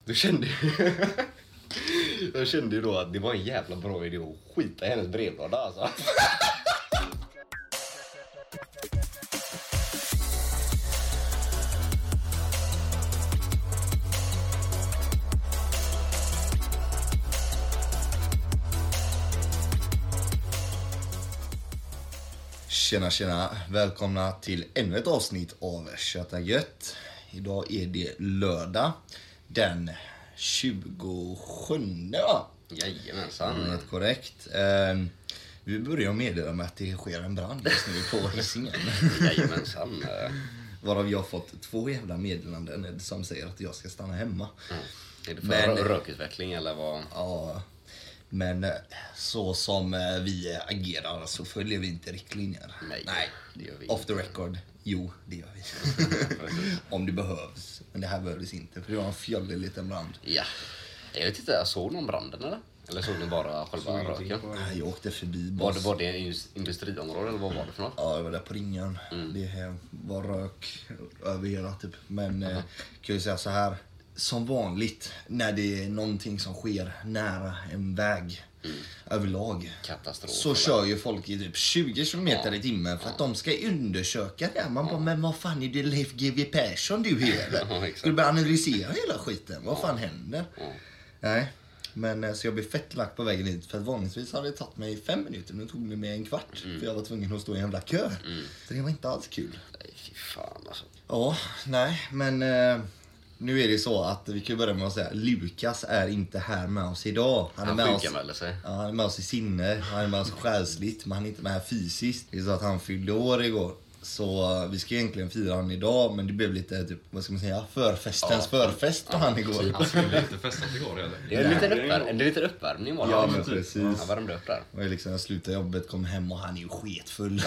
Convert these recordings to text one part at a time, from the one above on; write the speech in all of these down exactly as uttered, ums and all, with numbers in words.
Du kände ju... Jag kände ju då att det var en jävla bra idé att skita i hennes brevlåda alltså. Tjena tjena, välkomna till ännu ett avsnitt av Köta Gött. Idag är det lördag den tjugosjunde va? Jajamensan. Mm, helt korrekt. Eh, vi börjar meddela med att det sker en brand just nu på Hisingen. Jajamensan. Varav jag har fått två jävla meddelanden som säger att jag ska stanna hemma. Mm. Är det för Men- rökutveckling eller vad? Ja, men så som vi agerar så följer vi inte riktlinjer. Nej, Nej. det gör vi Off inte. the record, jo det gör vi. Om det behövs. Men det här behövdes inte för det var en fjollig liten brand. Ja. Jag vet inte, jag såg någon branden eller? Eller såg ni bara själva röken? Jag åkte förbi Var boss. det, var det en industriområde eller vad var det för något? Ja, det var där på ringen. Mm. Det var rök över hela typ. Men eh, kan jag säga så här. Som vanligt när det är någonting som sker nära en väg Mm. överlag. Katastrof. Så eller? kör ju folk i typ tjugo kilometer Ja. i timmen för att de ska undersöka det. Man bara, Ja. men vad fan är det Leif G W Persson du är eller? Ja, exakt. Ska du börja analysera hela skiten? Vad fan händer? Ja. Nej, men eh, så jag blev fett lack på vägen hit. För att vanligtvis hade det tagit mig fem minuter. Nu tog det mig en kvart. Mm. För jag var tvungen att stå i en jävla kö. Mm. Så det var inte alls kul. Nej, fy fan alltså. Ja, nej, men eh, nu är det så att vi kan börja med att säga Lukas är inte här med oss idag. Han är Han med oss. sjukanmälde sig. Ja, han är med oss i sinne, han är med oss själsligt, men han är inte med här fysiskt. Det är så att han fyllde år igår. Så uh, vi ska egentligen fira han idag, men det blev lite typ, vad ska man säga, förfestens Ja. förfest på han igår. Han skulle inte festat igår eller? Det är en liten uppvärmning, det är lite uppvärmning var det. Ja, men liksom. precis. Han värmde upp där. Och jag liksom, jag slutade jobbet, kom hem och han är ju sketfull.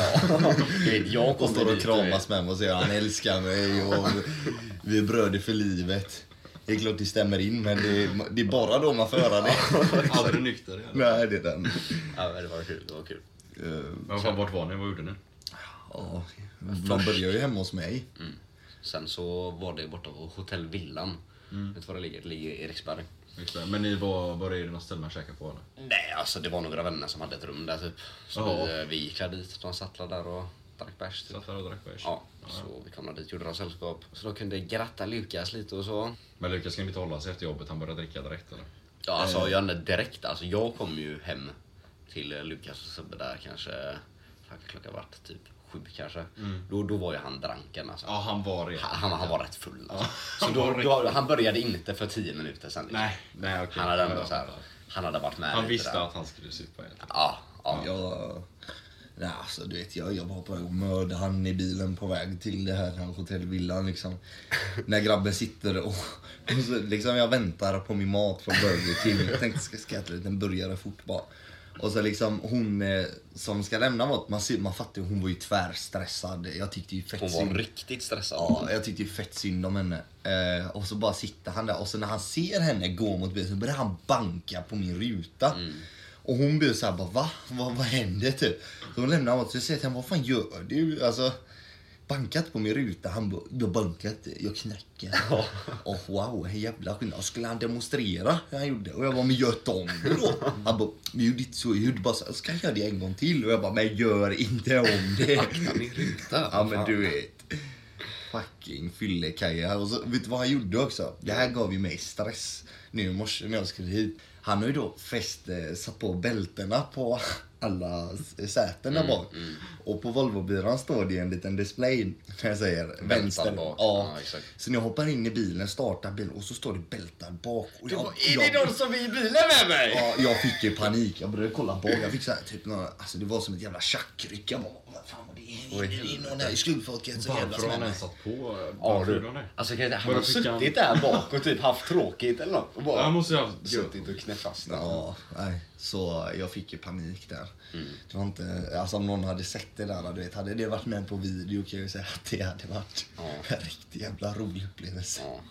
Du vet, jag Och kom står och dit kramas med mig och säger han älskar mig och vi är bröder för livet. Det är klart det stämmer in, men det är, det är bara då man får höra det. Aldrig nykter eller? Nej, det är den. Ja, men det var kul, det var kul. Uh, Men fan, vart var ni? Vad gjorde ni? ja, de börjar ju hemma hos mig. Mm. Sen så var det borta på Hotell Villan. Mm. Vet du var det ligger? Det ligger i Eriksberg. Men ni var, var det något ställe man käkade på eller? Nej, alltså det var några vänner som hade ett rum där typ. Så Jaha. vi, vi gick där dit, de satt där och drack bärs typ. Satt där och drack bärs? Ja, så vi kom där dit, gjorde dem sällskap. Så då kunde gratta Lukas lite och så. Men Lukas kan inte hålla sig efter jobbet, han började dricka direkt eller? Ja, alltså jag hade direkt, alltså jag kom ju hem till Lukas och Sebbe där kanske, fan klockan vart typ sju kanske. Mm. Då, då var ju han dranken alltså. Ja, han var redan. Han, han var rätt full alltså. Ja, Så han då, var då, han började inte för tio minuter sen. liksom. Nej, nej okej. Han hade ändå Ja, så här, ja. han hade varit med Han lite visste där. att han skulle supa egentligen. Ja, ja. Jag, nej, alltså, du vet, jag, jag var på väg att mörda han i bilen på väg till det här hotellvillan liksom. När grabben sitter och, och så, liksom, jag väntar på min mat från Burger King. Jag tänkte ska jag ska äta lite en burgare fort bara. Och så liksom hon eh, som ska lämna mat, man, ser, man fattar ju, hon var ju tvärstressad. Jag tyckte ju fett Hon var synd. riktigt stressad. Ja, jag tyckte ju fett synd om henne. Eh, och så bara sitter han där och så när han ser henne gå mot bilen så börjar han banka på min ruta. Mm. Och hon blir så här bara, va? Vad, vad händer typ? Så hon lämnar åt så jag säger till honom, vad fan gör du? Alltså, bankat på min ruta. Han bara, jag bankat, jag knackar. Ja. Och wow, jävla skillnad. Skulle han demonstrera? Han gjorde. Och jag bara, men gör inte om det då. Han bara, men gjorde inte så. Jag gjorde bara så här, ska jag göra det en gång till? Och jag bara, men gör inte om det. Akta min ruta. Ja men du vet. Fucking fyllekaja. Och så, vet du vad han gjorde också? Det här gav ju mig stress nu i morse när jag skulle hit. Han har ju då fäst, eh, satt på bältena på alla s- säten där Mm, bak. mm. Och på Volvo-bilen står det en liten display när jag säger vänster. bak. Ja. Ja, exakt. Så när jag hoppar in i bilen, startar bilen och så står det bältad bak. Och jag, är det de som är i bilen med mig? Ja, jag fick ju panik. Jag började kolla bak. Jag fick så här, typ några, alltså det var som ett jävla tjackryck. Jag bara, vad fan var det? Oj, Det är någon här i slugfolket så jävla Varför har han smäller. ens satt på? Ja, Varför du. gjorde han det? Alltså kan jag- han Vadå, har fick han- suttit där bak och typ haft tråkigt eller något. Och bara Han måste ju ha suttit och knäppt fast den. Ja, nej. Så jag fick ju panik där. Mm. Det var inte, alltså om någon hade sett det där, du vet, hade det varit med på video kan jag ju säga att det hade varit Ja. en riktigt jävla rolig upplevelse. Ja.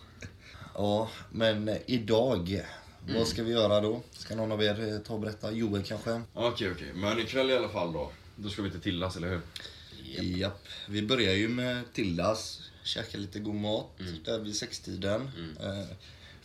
Ja, men idag, Mm. vad ska vi göra då? Ska någon av er eh, ta och berätta? Joel kanske? Okej, okej. Men ikväll i alla fall då. Då ska vi till Tillas, eller hur? Japp. Japp. Vi börjar ju med Tillas, käka lite god mat Mm. där vid sextiden. Mm. Eh,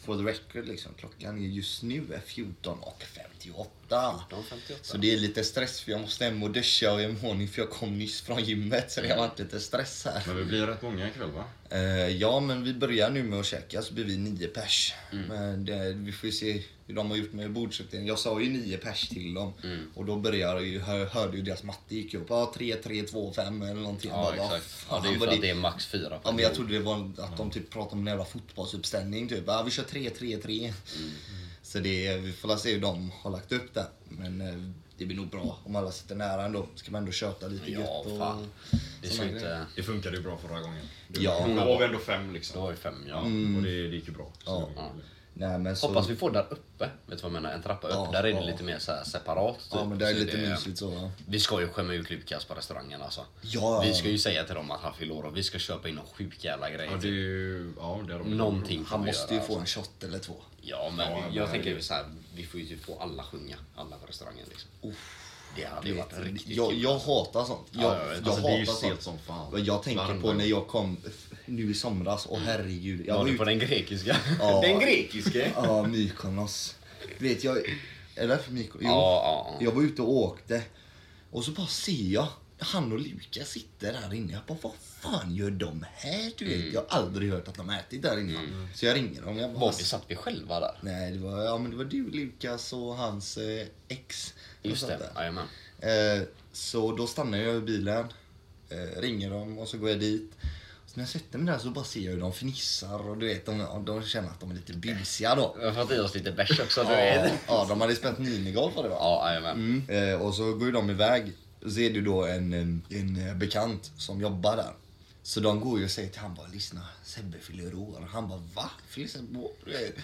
for the record liksom, klockan är just nu är fjorton och femtioåtta. fjorton femtioåtta. Så det är lite stress för jag måste hem och duscha och i morgon för jag kom nyss från gymmet så det har varit lite stress här. Men vi blir rätt många ikväll va? Uh, ja men vi börjar nu med att käka så blir vi nio pers. Mm. Men det, vi får ju se hur de har gjort med bordsuppdelningen. Jag sa ju nio pers till dem. Mm. Och då började ju, hör, hörde ju deras matte gick upp. Ja, tre, tre, två, fem eller någonting. Ja, Bara, exakt. vad Ja, det är ju fan för var att det är max fyra. Ja, men jag trodde det var att de typ pratade om en jävla fotbollsuppställning typ. Ja, vi kör tre, tre, tre. Mm. Så det, vi får se hur de har lagt upp det. Men eh, det blir nog bra om alla sitter nära ändå. Ska man ändå köta lite Ja, gött och fan. Det ska inte... Det funkade ju bra förra gången. Ja. Då var vi ändå fem liksom. Då var vi fem, ja. Ja, och det, det gick ju bra. Så Ja. det var- Nej, men så... Hoppas vi får där uppe. Vet du vad jag menar? En trappa upp. Ja, där är det ja. lite mer så här separat. Typ. Ja, men det är Så lite mysigt så. Ja. Vi ska ju skämma ut Lukas på restaurangen alltså. Ja. Vi ska ju säga till dem att han fyller år och vi ska köpa in någon sjuk jävla grej. Ja, det är ju... Ja, det är de. Någonting får Han man måste ju göra, få en alltså. shot eller två. Ja, men Ja, jag men- tänker så här, vi får ju typ få alla sjunga. Alla på restaurangen liksom. Det hade ju varit riktigt jag, kul. jag hatar sånt. Jag, Ja, jag vet. jag Alltså, det är ju hatar stelt sånt. som fan. Och jag tänker Varm, på varm. när jag kom nu i somras. Och herregud. Jag Var var du på ute... den grekiska? Ja. Den grekiska? Ja, Mykonos. Du vet, jag... Eller för Mykonos? Jo. Ja, ja. Jag var ute och åkte. Och så bara ser jag han och Lukas sitter där inne. Jag bara, vad fan gör de här? Du vet, Mm. jag har aldrig hört att de har ätit där inne. Så jag ringer dem. Jag bara, Var vi satt vi själva där? Nej, det var, ja, men det var du, Lukas och hans eh, ex. Just som det, satt där. jajamän. Eh, så då stannar jag i bilen, eh, ringer dem och så går jag dit. Så när jag sätter mig där så bara ser jag hur de fnissar och du vet, de, de känner att de är lite busiga då. Vi har fått i oss lite bärs också, du Ja, vet. ja, de hade spelat minigolf var det va? Ja, jajamän. Mm. Eh, och så går ju de iväg. Och så är det då en, en, en bekant som jobbar där. Så de går ju och säger till han bara, lyssna, Sebbe fyller år. Han bara, va? Fyller Sebbe år?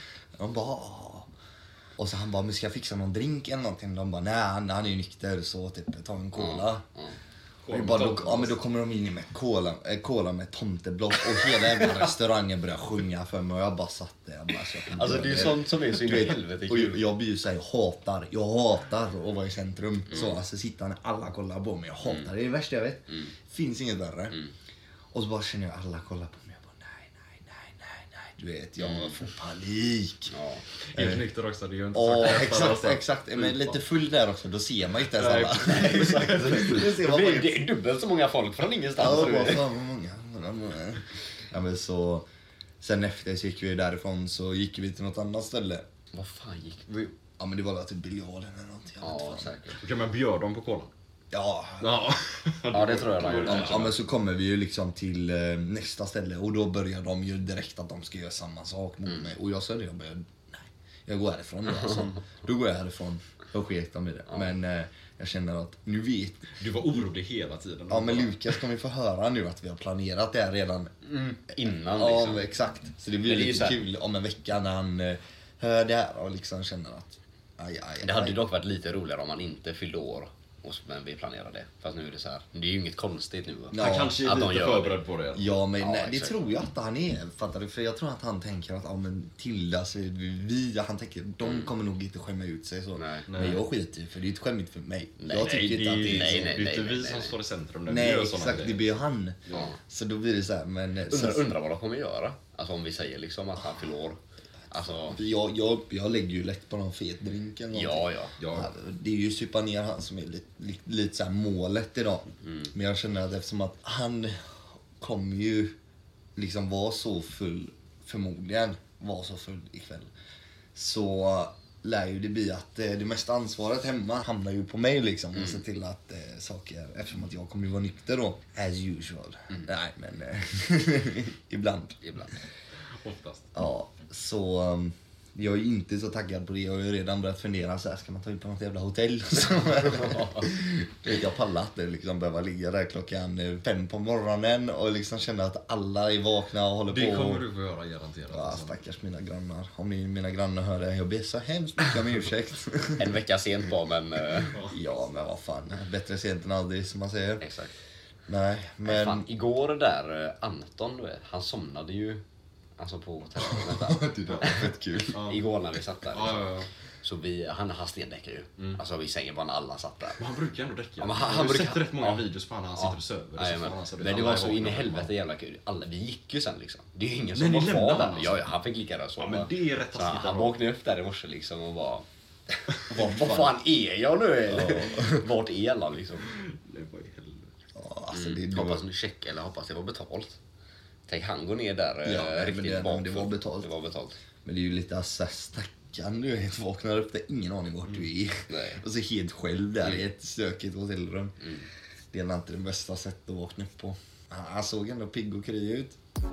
De bara, ja. Och så han bara, men ska jag fixa någon drink eller någonting? De bara, nej han, han är ju nykter så typ, ta en cola. Och vi bara, då, ja, men då kommer de in med cola, äh, cola med tomteblock och hela jävla restaurangen börjar sjunga för mig och jag bara satt där. Jag bara, så jag Alltså det är ju sånt som är så in i helvete och jag, kul. jag blir ju såhär, jag hatar, jag hatar att vara i centrum. Så alltså sitta när alla kollar på mig, jag hatar det, det är det värsta jag vet. Finns inget värre. Och så bara känner jag alla kollar på mig, jag bara nej, nej, nej, nej, nej. Du vet, jag får panik. Ja. Helt nykter också, det är ju inte Ja, sagt. exakt, exakt. Men lite full där också, då ser man ju inte ens Nej, alla. Nej, exakt. Då ser Det man är, bara- det är dubbelt så många folk från ingenstans. Ja, du vad vet. fan vad många. Ja, men så, sen efter så gick vi därifrån så gick vi till något annat ställe. Vad fan gick vi? Ja men det var väl typ biljarden eller någonting. Jag vet Ja, inte fan. säkert. Okej, men bjöd dem på kolan? Ja. Ja. Ja, det tror jag de gjorde. Ja, ja men så kommer vi ju liksom till eh, nästa ställe och då börjar de ju direkt att de ska göra samma sak mot mig. Och jag sa det, jag bara, nej. Jag går härifrån då alltså. Då går jag härifrån. Då sket de i det. Men eh, jag känner att nu vet... Du var orolig hela tiden. Ja men Lukas kommer ju få höra nu att vi har planerat det här redan. Mm, innan Ja liksom. men exakt. Så det blir Men det är ju lite så här- kul om en vecka när han eh, hör det här och liksom känner att... Aj, aj, Det hade aj. ju dock varit lite roligare om man inte fyllde år. Och så, men vi planerade det. Fast nu är det så här. Det är ju inget konstigt nu. Ja, Han kanske är att de lite gör förberedd på det. Ja men Ja, nej, det exakt. tror jag att han är, fattar du? För jag tror att han tänker att ja men Tilda, så är det vi, han tänker de kommer nog inte skämma ut sig så. Nej. Men jag skiter ju för det är inte skämmigt för mig. Nej, jag tycker Nej, det inte är att ju det är nej, så. nej, det är inte nej, vi nej, som nej. står i centrum när vi Nej gör såna exakt, det grejer. blir han. Ja. Så då blir det så här, men... eh, Undrar, Så, undrar vad de kommer göra. Alltså om vi säger liksom att han fyller år. Alltså, jag, jag, jag lägger ju lätt på någon fet drink eller någonting. ja, ja. Ja. Det är ju supa ner han som är lite, lite, lite så här målet idag. Men jag känner att eftersom att han kommer ju liksom vara så full, förmodligen vara så full ikväll. Så lär ju det bli att eh, det mesta ansvaret hemma hamnar ju på mig liksom. Och se till att eh, saker, eftersom att jag kommer ju vara nykter då. As usual. Nej men eh, ibland. Ibland. Oftast. Ja, så um, jag är inte så taggad på det. Jag har ju redan börjat fundera så här, ska man ta in på något jävla hotell? Så, vet jag pallar inte liksom behöva ligga där klockan eh, fem på morgonen och liksom känna att alla är vakna och håller Det på. kommer du få göra garanterat. Ja, alltså. stackars mina grannar. Om ni mina grannar hör det, jag ber så hemskt mycket om ursäkt. En vecka sent bara, men... eh, Ja, men vad fan. Bättre sent än aldrig, som man säger. exakt. Nej, Men... men... Fan, igår där, eh, Anton, du vet, han somnade ju. Alltså på hotellet. Det var fett kul. Igår när vi satt där. Liksom. Ja, ja, ja. Så vi, han, han stendäckar ju. Mm. Alltså i sängen bara när alla satt där. Men han brukar ändå däcka. Ja, men han- jag han har brukar- sett rätt många ja. videos på han när han sitter och söver. Ja, så men, får han så blir men det alla var så in i vakna. helvete jävla kul. Alla, vi gick ju sen liksom. Det är ju ingen Nej, som ni var kvar lämnade där. han alltså? Ja, ja, han fick ligga där och sova. Ja, men det är rätt Så taskigt. han, han ändå. vaknade upp där i morse liksom och bara... Vad vad fan är jag nu eller? Vart är alla liksom? Det var i helvete. Ja, alltså, det, Mm. det Hoppas var, nu check eller hoppas det var betalt. Tänk han går ner där Ja, eh, nej, men riktigt det- men det var bakfull. betalt. Det var betalt. men det är ju lite alltså, stackarn du vet. Vaknar upp där, ingen aning vart du är. Nej. Och så helt själv där i ett stökigt hotellrum. Mm. Det är nog inte det bästa sättet att vakna upp på. Han han såg ändå pigg och kry ut.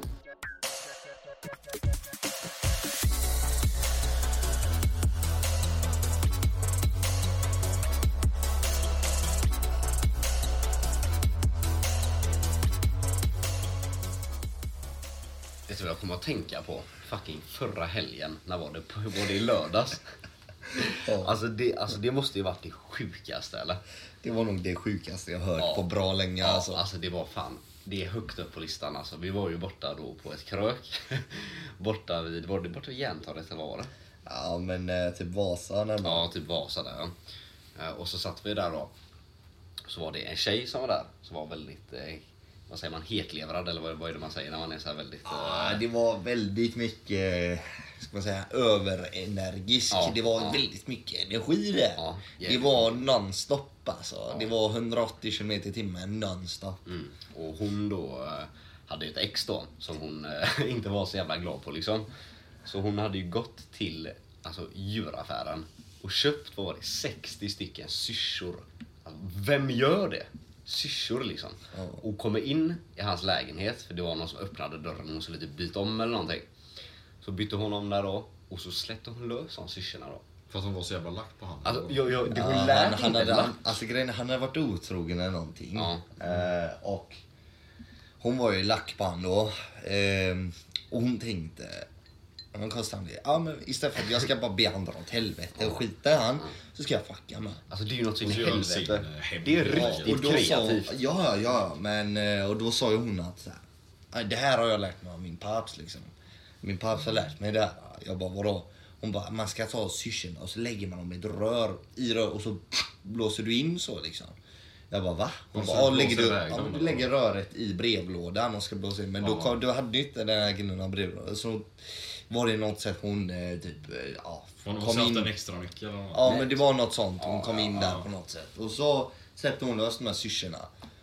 Vet du vad jag kommer att tänka på? Fucking förra helgen. När var det? På, var det i lördags? Ja. Alltså, det, alltså det måste ju varit det sjukaste eller? Det var nog det sjukaste jag hört Ja. på bra länge. Ja, alltså. alltså det var fan, det är högt upp på listan alltså. Vi var ju borta då på ett krök. borta vid, var det borta vid Järntorget eller vad var det? Ja men eh, typ Vasa närmare. Ja, typ Vasa där ja. Eh, Och så satt vi där då. Så var det en tjej som var där. Som var väldigt, eh, vad säger man, hetlevrad eller vad, vad är det man säger när man är så här väldigt... Ja, eh, det var väldigt mycket, ska man säga, överenergisk. Ja, det var ja. väldigt mycket energi där. Ja, det jävligt. var nonstop alltså. Det var hundraåttio kilometer i timmen nonstop. Mm. Och hon då eh, hade ett ex då som hon eh, inte var så jävla glad på liksom. Så hon hade ju gått till alltså, djuraffären och köpt, vad var det, sextio stycken syrsor. Alltså, vem gör det? Syrsor liksom. Ja. Och kommer in i hans lägenhet, för det var någon som öppnade dörren och hon skulle typ byta om eller någonting. Så bytte hon om där då och så släppte hon lös de syrsorna då. För att hon var så jävla lack på han. Alltså, jag, jag, det Ja, hon han, lät han, inte hade, lack. han, alltså, grejen, är, han hade varit otrogen eller någonting. Ja. Eh, och hon var ju lack på han då. Eh, och hon tänkte, hon kostade det. Ja, men istället för att jag ska bara be han dra åt helvete och skita i han, så ska jag fucka med. Alltså det är ju något så in Och i så gör hon sin, helvete. eh, hem- Det är Ja, riktigt och då sa, kreativt. ja, ja, men eh, och då sa ju hon att så här, "Aj, det här har jag lärt mig av min paps liksom. Min paps har lärt mig det här. Jag bara, vadå? Hon bara, man ska ta syrsorna och så lägger man dem i ett rör, i rör och så blåser du in så liksom. Jag bara, va? Hon Och så bara, ja, blåser lägger du, iväg ja, dem men då? du lägger röret i brevlådan och ska blåsa in. Men då, Ja. kom, då hade du inte den här killen av brevlådan. Så var det något sätt hon eh, typ, eh, ja, Hon kom måste ha haft in. en extra nyckel eller något. Ja, men det var något sånt. Hon Ja, kom in ja, där ja. på något sätt. Och så släppte hon lös de här syrsorna.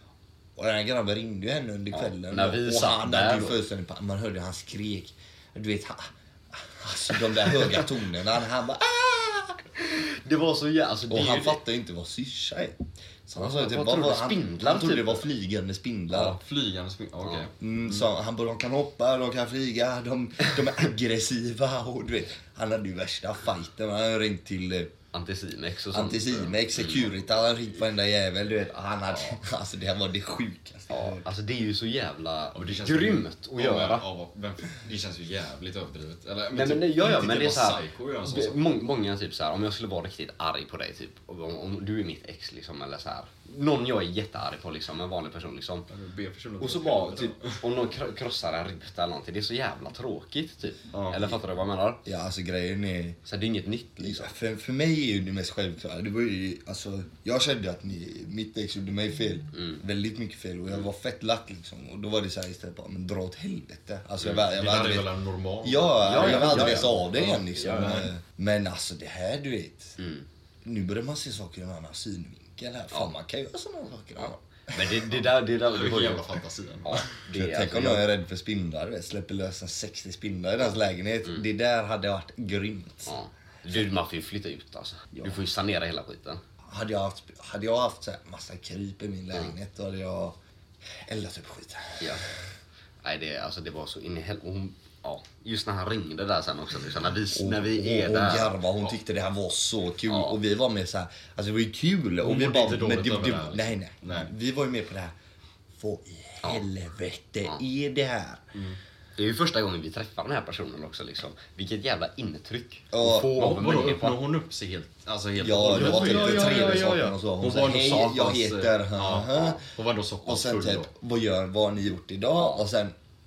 Och den här grabben ringde ju henne under Ja, kvällen. när vi och satt han där hade ju då. fullständigt pa- man hörde han skrek. Du vet, han, alltså de där höga tonerna. Han bara ah! Det var så jävla... Alltså, det Och är han ju- fattade ju inte vad syrsa är. Så han sa Vad typ, trodde vad du, var- han, spindlar, han trodde typ? det var flygande spindlar. Ja, flygande spring. Okej. Mm, så han bara, de kan hoppa, de kan flyga, de, de är aggressiva och du vet. Han hade ju värsta fighten. Han hade ringt till eh, Anticimex och sånt. Anticimex, Security, han hade ringt varenda jävel. Du vet. Han hade, alltså det här var det sjukaste. Ja, alltså det är ju så jävla Ja, men det känns grymt ju- att ja, göra. Ja, vem, det känns ju jävligt överdrivet. Eller, Nej, men typ, det, ja, ja, inte men det är bara så här, psycho att göra en sån det- sak. må, många typ så här, om jag skulle vara riktigt arg på dig typ, om, om du är mitt ex liksom, eller så här, någon jag är jättearg på liksom, en vanlig person liksom. Be personen Och så att- bara typ, om någon kro- krossar en ruta eller någonting, det är så jävla tråkigt typ. Ja. Eller fattar du vad jag menar? Ja, alltså grejen är... Så det är inget nytt liksom. För, för mig är ju det mest självklara. Det var ju, alltså, jag kände att ni, mitt ex gjorde mig fel. Mm. Väldigt mycket fel. Och jag var fett lack liksom. Och då var det så här istället bara, men dra åt helvete. Alltså jag, Mm. jag, jag, Det jag, där är jag, väl en normal... ja, Ja, ja, jag var aldrig ja, ens ja. av det Ja, igen liksom. ja, ja. Men- Men alltså det här, du vet. Mm. Nu börjar man se saker i en annan synvinkel här. Fan, man kan göra sådana saker. Ja. Men det, det där, det där, det var Vilken ju... jävla fantasi. Ja, det är Tänk alltså, om någon jag, är rädd för spindlar, vet, släpper lös en sextio spindlar i deras lägenhet. Det där hade varit grymt. ja. Du, man får ju flytta ut alltså. Du får ju sanera hela skiten. Hade jag haft, hade jag haft så här massa kryp i min lägenhet, då hade jag eldat upp skiten. Ja. Nej, det, alltså, det var så in i helvete. Ja, just när han ringde där sen också, liksom, när vi, när vi är och, där. och garva, hon tyckte det här var så kul. Ja. Och vi var med så här, alltså det var ju kul. Och Hon vi mådde bara, inte dåligt men det, över det, det här, liksom. nej, nej, Nej. Vi var ju med på det här. Vad i helvete är det här? Det är ju första gången vi träffar den här personen också liksom. Vilket jävla intryck. Ja, att få Vadå, av en vadå, människa. öppnade hon upp sig helt? Alltså helt Ja, det var typ ja, det ja, tredje ja, ja, saken ja. och så. Hon, Hon sa, var ändå hej, så jag pass, heter... ja, haha." ja. Hon var ändå så Och pass sen full typ, då. vad gör, vad har ni gjort idag? Och sen,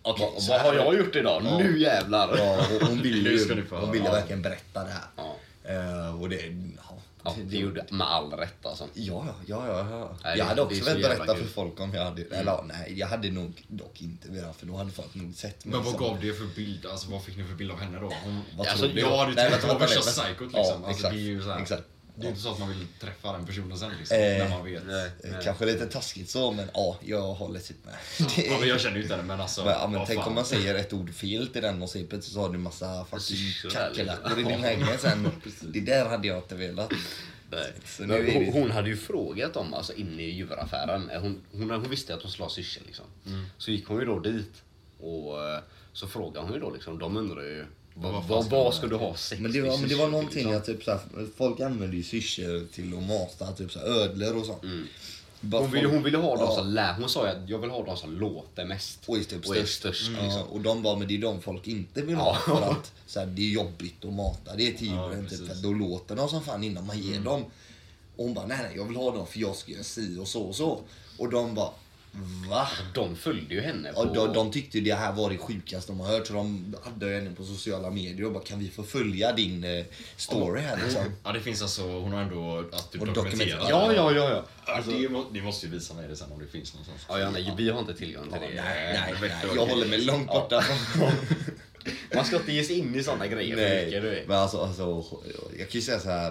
Okej, vad, så vad här- har jag gjort idag? Ja. Nu jävlar! Ja, och hon ville Nu ska ju ni få hon ville höra. verkligen berätta det här. Ja. Eh, och det, ja, Ja, det gjorde med all rätt alltså. Ja, ja, ja, ja. Nej, jag det- hade det också är så velat jävla berätta kul. för folk om jag hade... Eller nej, jag hade nog dock inte velat för då hade folk nog sett mig Men vad som- gav det för bild? Alltså vad fick ni för bild av henne då? Hon, Vad Alltså, tror du? ja, du Nej, tänkte vänta, på värsta vänta, vänta. psykot Ja, liksom. Alltså, exakt. det är ju så här, Exakt. det är inte så att man vill träffa den personen sen liksom, Eh, när man vet. nej. Eh, Kanske lite taskigt så, men ja, jag håller sitt med. Det- Ja, men jag känner ju inte henne, men alltså. Men, ja, men vad tänk fan. om man säger ett ord fel till den och så plötsligt så har du massa fucking Syrsor kackerlackor i eller- din lägenhet sen. Det där hade jag inte velat. Nej. Så nu Men är hon, det- hon hade ju frågat dem alltså, inne i djuraffären. Hon, hon, hon visste att hon skulle ha syrsor liksom. Så gick hon ju då dit och eh, så frågade hon ju då liksom. De undrar ju vad, Vad fan vad, ska vad man- ska du ha sex Men det var, men det var någonting liksom? att typ så här, folk använder ju syrsor till att mata typ så här, ödlor och sånt. Bara Hon ville, folk- hon ville ha dem Ja. som lä. Hon sa ju att jag vill ha dem som låter mest. Och är typ och är störst. störst Ja, liksom. och de bara, men det är de folk inte vill Ja. ha för att så här, det är jobbigt att mata. Det är till Ja, djuren typ, precis. för då låter de som fan innan man ger dem. Och hon bara, nej nej jag vill ha dem för jag ska göra si och så och så. Och de bara, va? De följde ju henne på... Och de, de tyckte det här var det sjukaste de har hört. Så de hade henne på sociala medier och bara, kan vi få följa din eh, story här liksom? Ja, det finns alltså, hon har ändå att typ Och dokumentera. dokumentera. Ja, ja, ja, ja. Alltså, det må, ni måste ju visa mig det sen om det finns någonstans. Ja, ja, nej, vi har inte tillgång till det. Nej, nej, vet nej, du, jag okej. håller mig långt borta från Man ska inte ge sig in i sådana grejer. för mycket, du Nej, vet. men alltså, alltså jag kan ju säga så här.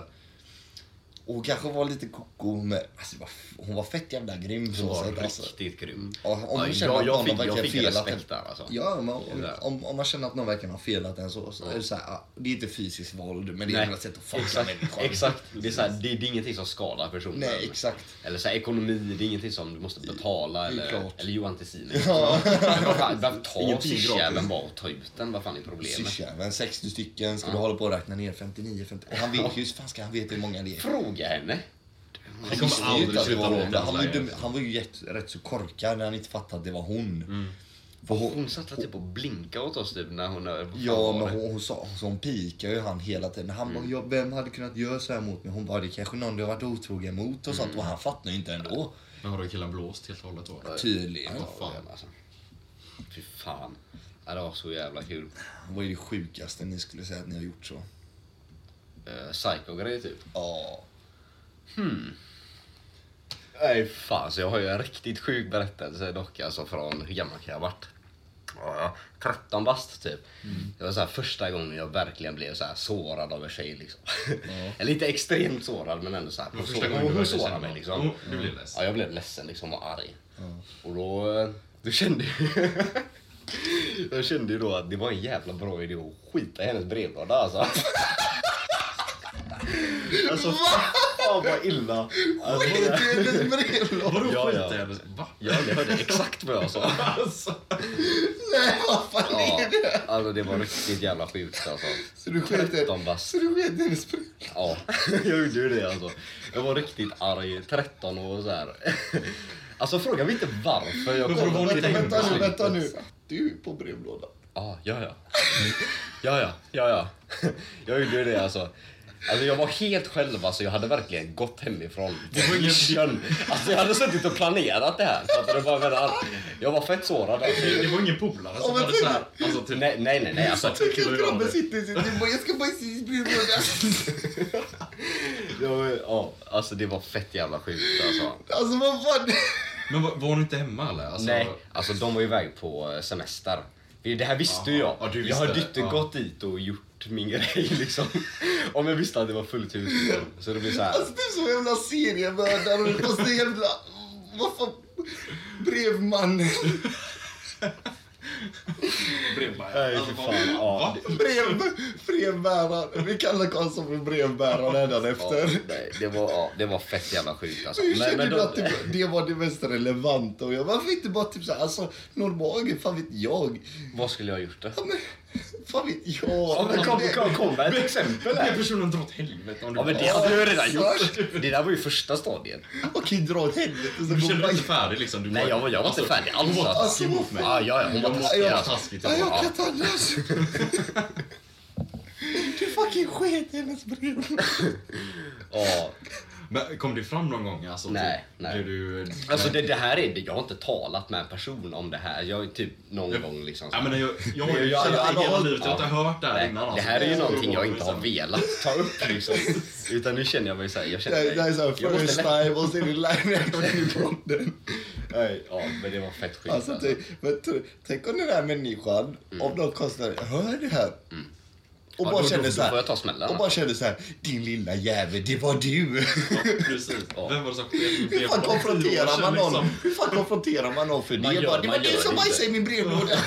Hon kanske var lite koko, men alltså, vad f- hon var fett jävla grym Hon så var sätt, alltså. riktigt grym. Ja, om man Ja, känner jag, att jag, någon fick, har jag verkligen fick felat respekt där alltså. Ja, men om, Det där. om, om man känner att någon verkligen har felat en så, så är det så här, ja, det är inte fysiskt våld, men det är Nej, ett sätt att fucka exakt, människan. exakt. Det är, så här, det, det är ingenting som skadar personen. Nej, exakt. Eller så här, ekonomi, det är ingenting som du måste betala. Det är Eller, klart. eller Johan Tessin. Ja. Men vad fan, bara ta Ingenting syrsjäveln gratis. bara och ta ut den. Vad fan är problemet? Syrsjäveln, sextio stycken, ska du hålla på och räkna ner femtionio, femtio. Och han vet ju, hur fan ska han veta hur många det är? Fråga henne. Han Han kommer visste ju aldrig inte att det sluta var vara hon. med Han var ju, hans dum, läge. han var ju jätt, rätt så korkad när han inte fattade att det var hon. För hon, Hon satt typ och blinkade åt oss typ när hon... vad fan ja, var men det? hon, hon, sa, så hon pikade ju han hela tiden. Han bara, ja, vem hade kunnat göra så här mot mig? Hon bara, det kanske någon du har varit otrogen mot och sånt. Och han fattar ju inte ändå. Men har du killen blåst helt och hållet då? Tydligen. Ja, fan. alltså. Fy fan. Ja, det var så jävla kul. Vad är det sjukaste ni skulle säga att ni har gjort så? Uh, Psycho-grej typ. Ja. Nej fan, så jag har ju en riktigt sjuk berättelse dock alltså från hur gammal kan jag ha varit? Ja, tretton bast typ. Det var så här första gången jag verkligen blev så här sårad av en tjej liksom. Eller inte extremt sårad men ändå så här. Men Hon, första hon, gången du hon verkligen sårade kände mig något. liksom. Oh, du blev ledsen. Ja, jag blev ledsen liksom och arg. Och då, eh, då kände jag... jag kände ju då att det var en jävla bra idé att skita i hennes brevlåda alltså. Alltså fan vad illa. Alltså, Vadå Ja, skit ja. i hennes... Va? ja, jag hörde exakt vad jag sa. Alltså. Nej, vad fan Ja, är det? alltså det var riktigt jävla sjukt alltså. Så du sket i tretton bast. Så du sket i hennes brud? Ja, jag gjorde ju det alltså. Jag var riktigt arg, tretton och så här. Alltså fråga mig inte varför jag Men vadå, kom var till det det Vänta nu, beslutet. vänta nu. Du är på brevlådan. Ja, ja, ja. Ja, ja, ja, ja. Jag gjorde ju det alltså. Alltså jag var helt själv alltså, jag hade verkligen gått hemifrån. Det var ingen- Mission. Alltså jag hade suttit och planerat det här. Så att det bara menar, jag var fett sårad alltså. Det, det var ingen polare som men hade tänk- så här, alltså typ... Nej, nej, nej, nej alltså. Tänk Killar att du grabben göra det? sitter i sitt rum och jag ska bara se i brevlådan. Det var, ja, alltså det var fett jävla sjukt alltså. Alltså vad fan. Men var, var hon inte hemma eller? Alltså, Nej, alltså de var iväg på eh, semester. Det här visste ju Jaha, jag. ja, du jag visste hade det, inte ja. gått dit och gjort min grej liksom. Om jag visste att det var fullt hus. Liksom. Så det blir så här. Alltså du är så jävla seriemördare och du får se jävla... Vad fan? Brevmannen. brevbärare. Nej, för fan. Ja, det, Brev, brevbäraren. Vi kallar Karlsson för brevbäraren ja, efter. nej, det, var, ja, det var fett jävla sjukt alltså. Hur Men, kände men du då, att det, det var det mest relevanta? Och jag, varför inte bara typ såhär, alltså normal, fan vet jag. vad skulle jag ha gjort då? Ja, men, fan vet jag. Ja, men kom, Det- kom, kom med ett exempel Den här. personen drar åt helvete om du... Ja, men det hade jag ju redan gjort. Det där var ju första stadien. Okej, dra åt helvete. Så Du får kände man- dig inte färdig liksom? Du Nej, jag var, jag var inte färdig alls. Hon var Alltså. taskig mot mig. Ja, ja, ja, hon var Jag taskig. var Alltså. taskigt. Ja, jag Ja. kan ta annars. Du fucking sket i hennes brev. Ja, Men kom det fram någon gång? Alltså, Nej, typ, nej. blev du... Alltså det, det här är det, jag har inte talat med en person om det här. Jag är typ någon jag, gång liksom så. Ja, men jag, jag har ju Jag- känt jag- det hela jag- livet, jag har inte hört det här Nej, innan. det Alltså. här är ju Så någonting jag var inte har liksom- velat ta upp liksom. Utan nu känner jag mig såhär, jag känner Det mig... är, det är såhär jag måste first lätt- time och så är det live i podden. Nej, ja, men det var fett skit Alltså, alltså. tänk, men, t- tänk om den här människan, om de kostar, hör det här. Och Ja, bara då- känner då- så då här, får jag ta smällen. och bara känner så här, din lilla jävel, det var du. Ja, precis. Ja. Vem var det som Hur fan konfronterar man någon? Hur fan konfronterar man någon för det? Man gör- Bara, det var man du gör som det bajsade i inte. min brevlåda.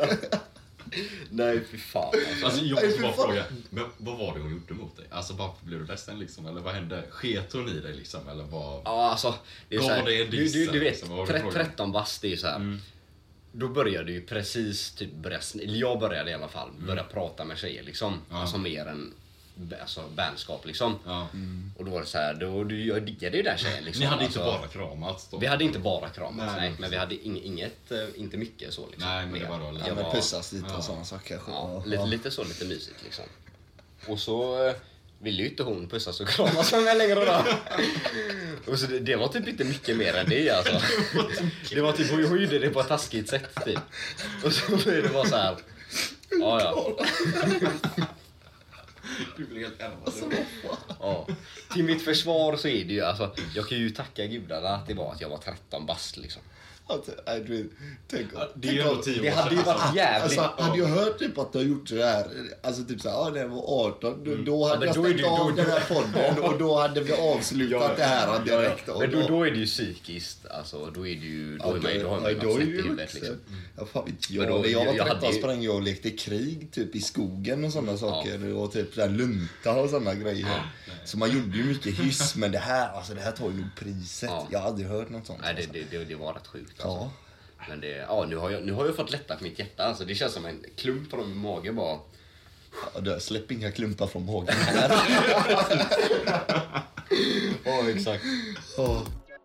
Nej, fy fan alltså. Alltså jag Nej, måste fy bara fan. fråga, men vad var det hon gjorde mot dig? Alltså varför blev du ledsen liksom? Eller vad hände? Sket hon i dig liksom? Eller vad? Ja, alltså. Det är Gav så här, det en du, diss, du, du vet, liksom, vad var det tre- frågan? tretton bast, det är ju så här. Då började ju precis typ börja, sn- eller jag började i alla fall, börja prata med tjejer liksom. Ja. Alltså mer än alltså, vänskap liksom. Ja. Och då var det så här, då, då, jag diggade ju den tjejen liksom. Ni hade alltså, inte bara kramats då? Vi hade inte bara kramat, Nej, nej, men- men vi hade ing, inget, eh, inte mycket så liksom. Nej, men det mer. var då lite- Ja, Jag men var- pussas lite Ja. och sådana saker kanske. Ja, Ja. lite, lite så, lite mysigt liksom. Och så eh, ville ju inte hon pussas och kramas med mig längre då. Och så det, det var typ inte mycket mer än det alltså. Det var typ, hon, hon gjorde det på ett taskigt sätt typ. Och så blev det bara så här. Ja, ja. Du blev helt Alltså, ärvad. Ja. Till mitt försvar så är det ju alltså, jag kan ju tacka gudarna att det var att jag var tretton bast liksom. Alltså, nej, du vet, tänk om- Det är ju tänk ändå om- tio år Det hade ju sedan. varit jävligt... Alltså, hade jag hört typ att du har gjort så här, alltså typ såhär, ja när jag var arton, då, då hade men jag då är stängt det- av då- den här podden och då hade vi avslutat Ja, det här direkt. Och Men då, då är det ju psykiskt, alltså då är det ju, då är man ju, då har man ju ja, något då är snett det i ju huvudet vuxen. liksom. Ja, fan vet jag. Men då- När jag var jag hade tretton ju- sprang jag och lekte krig typ i skogen och sådana saker. Och typ där lunta och sådana grejer. Så man gjorde ju mycket hyss, men det här, alltså det här tar ju nog priset. Ja. Jag har aldrig hört något sånt. Nej, det, alltså. det, det, det var rätt sjukt alltså. Ja. Men det, ja, nu har jag, nu har jag fått lätta på mitt hjärta, alltså det känns som en klump på min mage bara. Ja, du, släpp inga klumpar från magen här. Ja, exakt. Ja.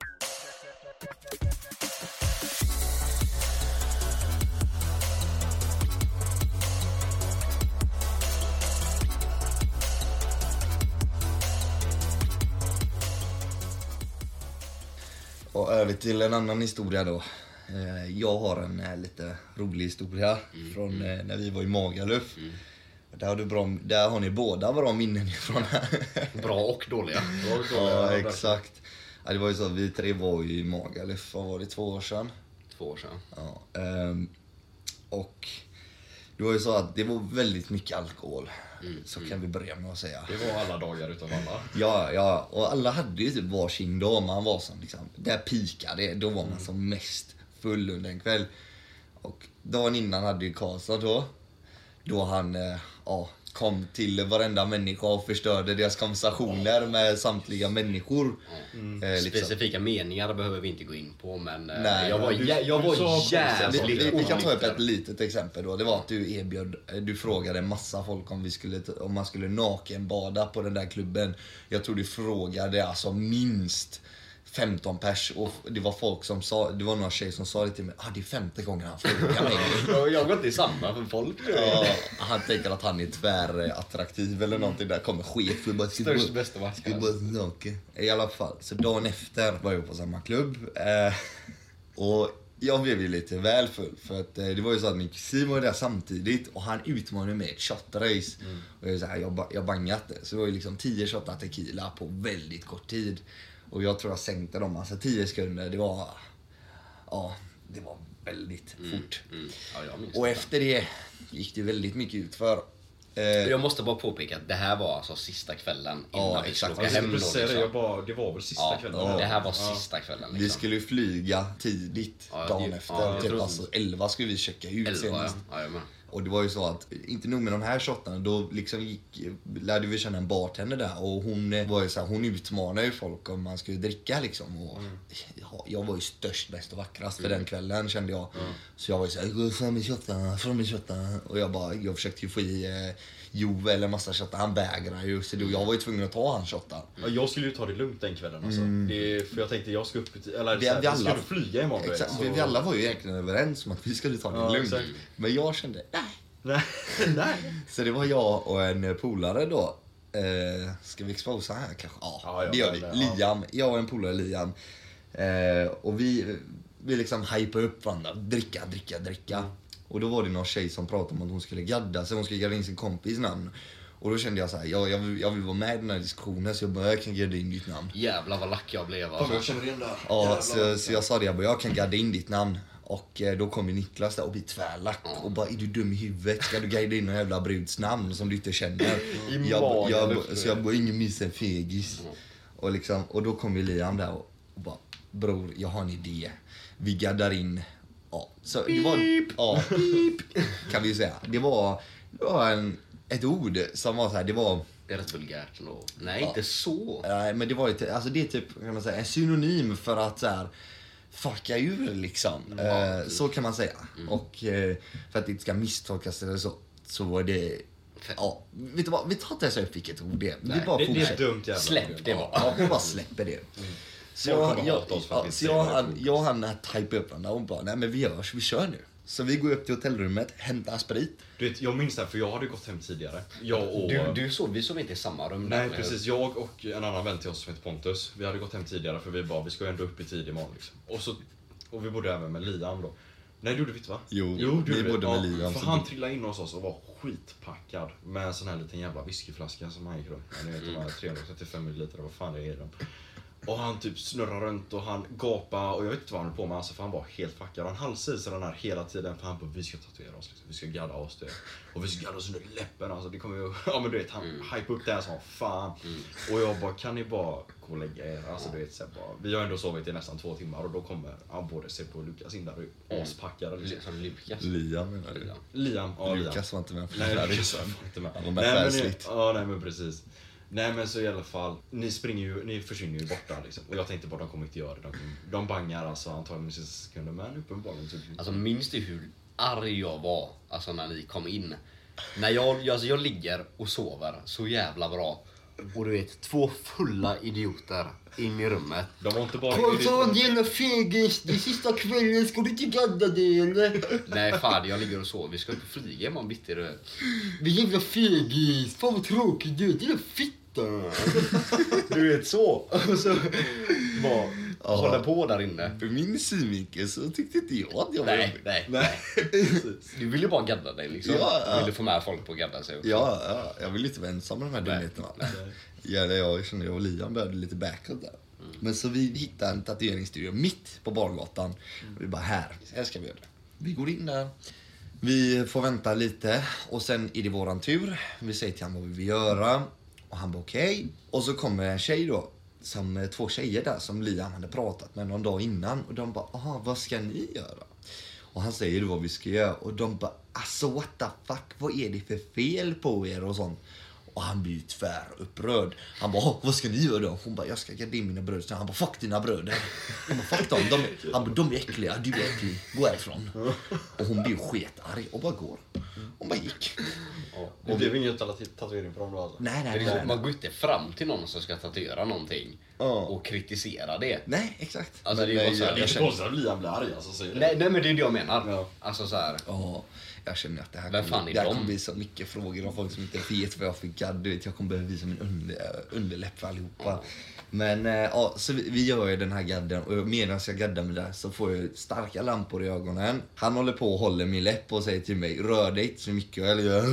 Och över till en annan historia då. Eh, Jag har en eh, lite rolig historia från eh, när vi var i Magaluf. Där har, du bra, där har ni båda bra minnen ifrån. Bra och dåliga. Ja, exakt. Ja, det var ju så att vi tre var ju i Magaluf, vad var det, två år sedan? Två år sedan. Ja, ehm, och det var ju så att det var väldigt mycket alkohol. Så kan vi börja med att säga. Det var alla dagar utav alla. Ja, ja, och alla hade ju typ varsin dag. Man var som liksom, där pikade, då var man som mest full under en kväll. Och dagen innan hade ju Karlstad då, då han eh, ja, kom till varenda människa och förstörde deras konversationer med samtliga människor. Mm. Eh, liksom. Specifika meningar behöver vi inte gå in på, men eh, Nej, jag var, du- jä- jag du var sa Vi, jävligt vi, vi kan ta upp onykter. ett litet exempel då. Det var att du erbjöd, du frågade massa folk om vi skulle, om man skulle nakenbada på den där klubben. Jag tror du frågade alltså minst femton pers och det var folk som sa, det var några tjejer som sa det till mig, ah, det är femte gången han frågar mig. Jag jag har gått i samma för folk nu. Ja, han tänker att han är tvärattraktiv eller någonting där, kommer chef och bara Störst, bäst och ska vackrast. bara naken. I alla fall, så dagen efter var jag på samma klubb. Eh, och jag blev ju lite väl full för att eh, det var ju så att min kusin var där samtidigt och han utmanade mig ett shotrace. Och jag, så här, jag, ba- jag bangat det. Så det var ju liksom tio shottar tequila på väldigt kort tid. Och jag tror jag sänkte dem, alltså tio sekunder, det var, ja, det var väldigt fort. Mm. Ja, jag minns Och det. efter det gick det väldigt mycket utför. Eh, Jag måste bara påpeka att det här var alltså sista kvällen innan Ja, vi exakt. skulle åka Jag hem då, skulle säga det, liksom. jag bara, det var väl sista Ja, kvällen? det här var Ja. sista kvällen Vi liksom. skulle ju flyga tidigt Ja, dagen det- efter. ja, jag typ tror- alltså elva skulle vi checka ut Elva, ja. senast. Ja, jag med. Och det var ju så att, inte nog med de här shottarna, då liksom gick, lärde vi känna en bartender där och hon eh, var ju så här, hon utmanade ju folk om man skulle dricka liksom. Och, ja, jag var ju störst, bäst och vackrast för den kvällen kände jag. Så jag var ju såhär, gå fram med shottarna, fram med shottarna. Och jag bara, jag försökte ju få i eh, Joel en massa shottar, han vägrade ju. Så då, jag var ju tvungen att ta hans shottar. Ja, jag skulle ju ta det lugnt den kvällen alltså. Det, för jag tänkte jag ska upp, eller Vi- så här, vi vi alla- skulle flyga imorgon. Exakt, så- vi, vi alla var ju egentligen överens om att vi skulle ta det Ja, lugnt. exakt. Men jag kände, nej. Nej, nej. Så det var jag och en polare då. Eh, ska vi exposa här kanske? Ja, Ja, ja, det gör det- vi. ja. Liam, jag och en polare Liam. Eh, och vi, vi liksom hypar upp varandra. Dricka, dricka, dricka. Mm. Och då var det någon tjej som pratade om att hon skulle gadda sig. Hon skulle gadda in sin kompis namn. Och då kände jag så här, jag, jag, vill, jag vill vara med i den här diskussionen. Så jag bara, jag kan gadda in ditt namn. Jävlar vad lack jag blev Fan, alltså. jag känner igen det här. Ja, Jävlar. så, så jag sa det, jag bara, jag kan gadda in ditt namn. Och eh, då kom ju Niklas där och blir tvärlack och bara, är du dum i huvudet? Ska du guida in en jävla bruds namn som du inte känner? I jag, magen jag, efter så jag bara, ingen miss en fegis. Mm. Och, liksom, och då kom ju Liam där och, och bara, bror, jag har en idé. Vi gaddar in, ja, så det var, ja, beep, kan vi ju säga. Det var, det var en, ett ord som var så här, det var, Det är rätt vulgärt ändå. Nej, Ja. inte så. nej men det var ju, alltså det är typ, kan man säga, en synonym för att så här, fucka ur liksom. Ja, eh, typ. så kan man säga. Och eh, för att det inte ska misstolkas eller så, så var det, Fett. ja, vet du vad, vi tar inte ens upp vilket ord det är. Nej, Vi bara Det, det är ett fortsätter. dumt jävla Släpp det bara. Ja, vi bara släpper det. Så Folk jag, kommer jag, hata oss för att ja, vi så säger jag, det. han, jag och han typade upp varandra och bara, nej men vi görs, vi kör nu. Så vi går upp till hotellrummet, hämtar sprit. Du vet, jag minns det här, för jag hade gått hem tidigare. Jag och... Du, du sov, vi sov inte i samma rum. Nej, där. precis. Jag och en annan vän till oss som heter Pontus, vi hade gått hem tidigare för vi bara, vi ska ju ändå upp i tid imorgon liksom. Och, så, och vi bodde även med Liam då. Nej, det gjorde vi inte va? Jo, jo vi det gjorde bodde med Liam, För så han vi- trillade in hos oss och var skitpackad med en sån här liten jävla whiskyflaska som han gick runt med. Ni vet de här trehundratrettiofem milliliter, vad fan det är de. Och han typ snurrar runt och han gapar och jag vet inte vad han höll på med alltså, för han var helt fuckad. Han halsade sig den här hela tiden för han bara, vi ska tatuera oss liksom. Vi ska gadda oss det. Och vi ska gadda oss under läppen alltså. Det kommer ju, ja men du vet han mm. hype upp det här som fan. Mm. Och jag bara, kan ni bara gå och lägga er? Alltså du vet så bara, vi har ändå sovit i nästan två timmar och då kommer ja, både Seppo och Lukas in där och är Mm. aspackade. Liksom. Som Lukas. Liam menar du? Liam, ja Liam. Lukas var inte med. Nej, Lukas var inte med. Han var med Nej, men, färgsligt. ja, nej men precis. Nej men så i alla fall, ni springer ju, ni försvinner ju borta liksom. Och jag tänkte bara, de kommer inte göra det. De, kommer, de bangar alltså antagligen i sista sekunder, men uppenbarligen så... Alltså minns du hur arg jag var alltså när ni kom in? När jag, alltså, jag ligger och sover så jävla bra. Och du vet, två fulla idioter in i rummet. De var inte bara... Karlsson, jävla fegis, det är sista kvällen, ska du inte gadda det eller? Nej fan, jag ligger och sover. Vi ska inte flyga imorgon bitti du. Det är jävla fegis, fan vad tråkigt du är, det är fitta. Du vet så. Och så bara Ja. håller på där inne. För min synvinkel så tyckte inte jag att jag var Nej, jobbig. nej, Nej, precis. Du ville bara gadda dig liksom. Ja, ja. Du ville få med folk på att gadda sig också. Ja, ja, jag vill inte vara ensam med de här Nej, dumheterna. Ja, det jag kände jag och Liam behövde lite backup där. Mm. Men så vi hittade en tatueringsstudio mitt på Bargatan. Och vi bara, här, här ska vi göra det. Vi går in där. Vi får vänta lite och sen är det våran tur. Vi säger till honom vad vi vill göra. Och han bara okej. Och så kommer en tjej då. Som två tjejer där som Liam hade pratat med någon dag innan. Och de bara, aha, vad ska ni göra? Och han säger då vad vi ska göra. Och de bara, alltså what the fuck, vad är det för fel på er och sånt? Och han blir tvärupprörd. Han bara, vad ska ni göra då? Hon bara, jag ska gadda in mina bröder. Han bara, fuck dina bröder. Han bara, fuck dem. De, han bara, de är äckliga, du är äcklig. Gå härifrån. Och hon blir skitarg och bara går. Hon bara gick. Det blev ingen tatuering på dem då alltså? Nej, Det är nej, liksom, nej. man går inte fram till någon som ska tatuera någonting Ja. och kritisera det. Nej, exakt. Alltså, det är Men, bara så här, jag, Det är jag inte känner, konstigt att Liam blir arg alltså, säger det. Nej, nej men det är det jag menar. Ja. Alltså så här. ja, jag känner att det här Vem kommer, fan är det här de? kommer bli så mycket frågor av folk som inte vet vad jag fick gadd. Du vet, jag kommer behöva visa min under, underläpp för allihopa. Men äh, ja, så vi, vi gör ju den här gadden och medan jag gaddar med det så får jag starka lampor i ögonen. Han håller på och håller min läpp och säger till mig, rör dig inte så mycket eller gör